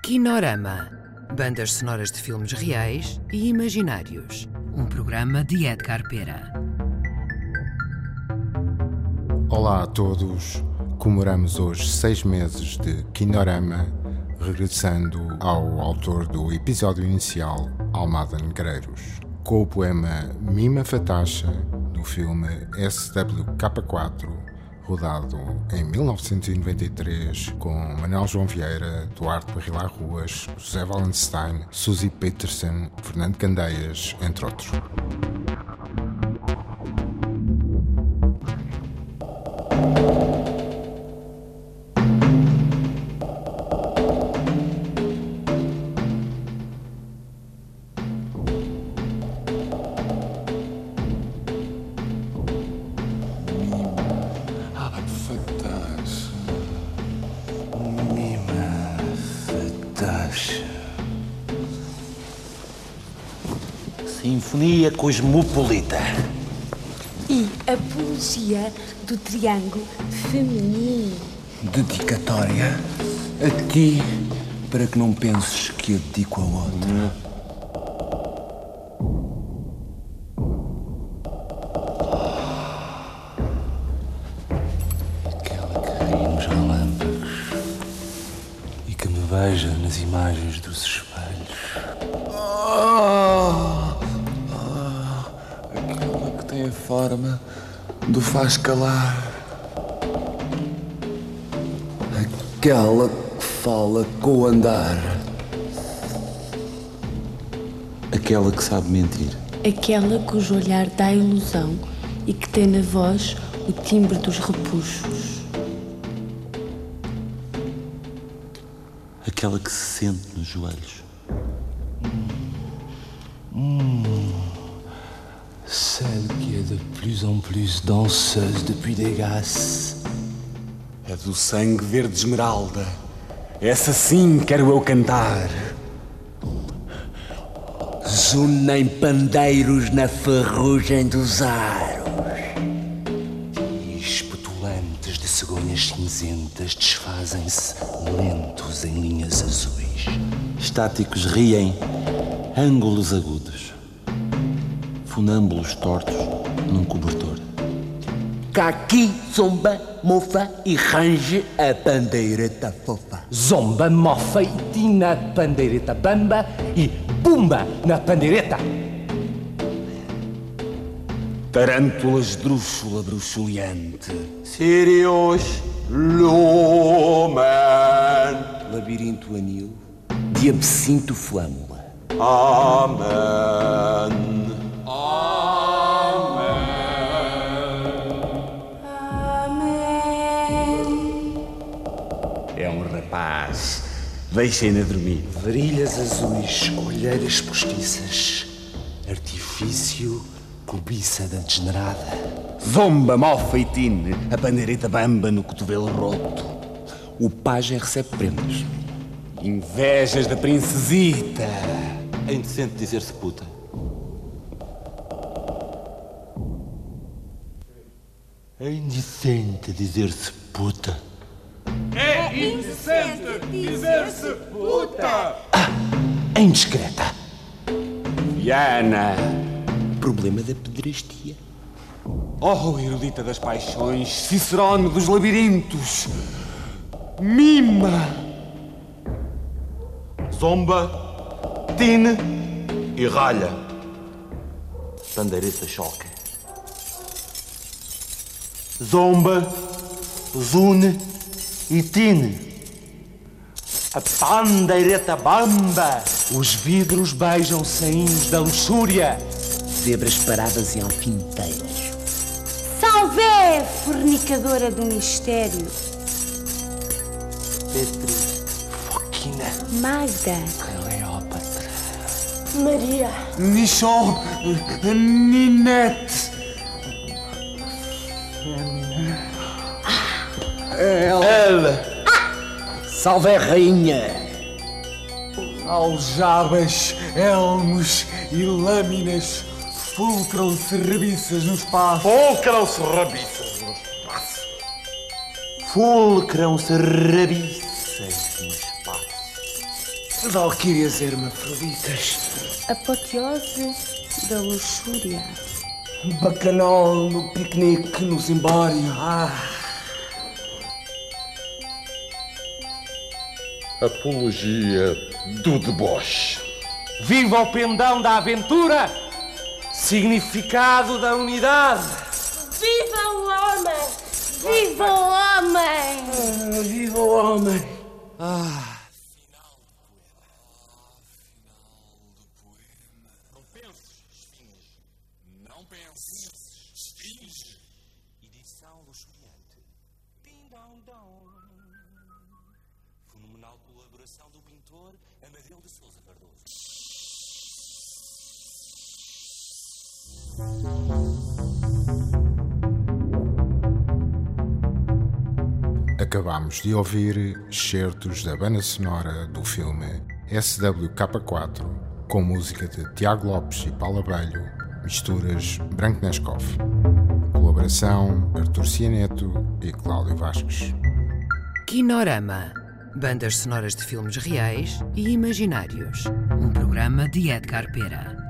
Kinorama. Bandas sonoras de filmes reais e imaginários. Um programa de Edgar Pera. Olá a todos. Comemoramos hoje 6 meses de Kinorama, regressando ao autor do episódio inicial, Almada Negreiros, com o poema Mima Fatacha, do filme SWK4, rodado em 1993, com Manuel João Vieira, Duarte Barrilar Ruas, José Wallenstein, Suzy Peterson, Fernando Candeias, entre outros. Sinfonia Cosmopolita. E Apologia do Triângulo Feminino. Dedicatória a ti, para que não penses que eu dedico a outra. Aquela que ri nos relâmpagos e que me beija nas imagens dos espelhos. Aquela que tem a forma do faz calar. Aquela que fala com o andar. Aquela que sabe mentir. Aquela cujo olhar dá ilusão e que tem na voz o timbre dos repuxos. Aquela que se sente nos joelhos. Celle qui est de plus en plus danseuse depuis des grâces. É do sangue verde esmeralda. Essa sim quero eu cantar. Zunem pandeiros na ferrugem dos aros. E espetulantes de cegonhas cinzentas desfazem-se lentos em linhas azuis. Estáticos riem, ângulos agudos. Funâmbulos tortos num cobertor. Caqui, zomba, mofa e range a pandeireta fofa. Zomba, mofa e tina a pandeireta bamba e bumba na pandeireta. Tarântulas drúxula bruxuleante. Sirius Lumen. Labirinto anil de absinto flâmula. Amém. É um rapaz. Deixem-na dormir. Varilhas azuis, olheiras postiças. Artifício, cobiça da desnerada. Zomba, mofa e tine. A pandeireta bamba no cotovelo roto. O pajem recebe prendas. Invejas da princesita. É indecente dizer-se puta. É indecente dizer-se puta. É indecente dizer-se puta! É indiscreta. Viana. Problema da pederastia. Oh, erudita das paixões, Cicerone dos labirintos. Mima. Zomba, tine e ralha. Pandeireta choca. Zomba, zune e tine. A pandeireta bamba. Os vidros beijam-se em hinos da luxúria. Zebras paradas em alfineteiras. Salve, fornicadora do mistério. Petri, Foquina, Magda. Cleópatra. Maria. Nichon, Ninette. Ela. Salve, rainha. Aljabas, elmos e lâminas fulcram-se rebiças no espaço. Fulcram-se rabiças no espaço. Fulcram-se rabiças no espaço. Valquírias hermafroditas. Apoteose da luxúria. Bacanal no piquenique no Zimbário. Apologia do deboche. Viva o pendão da aventura! Significado da unidade! Viva o homem! Viva o homem! Viva o homem! Final do poema. Não penses, esfinge. Não penses, esfinge. Edição luxuriante. Ding-dong-dong. Fenomenal colaboração do pintor Amadeu de Sousa Cardoso. Acabámos de ouvir excertos da banda sonora do filme SWK4, com música de Tiago Lopes e Paulo Abelho, misturas Branco Nescov. Colaboração Artur Cianeto e Cláudio Vasques. Kinorama. Bandas sonoras de filmes reais e imaginários. Um programa de Edgar Pera.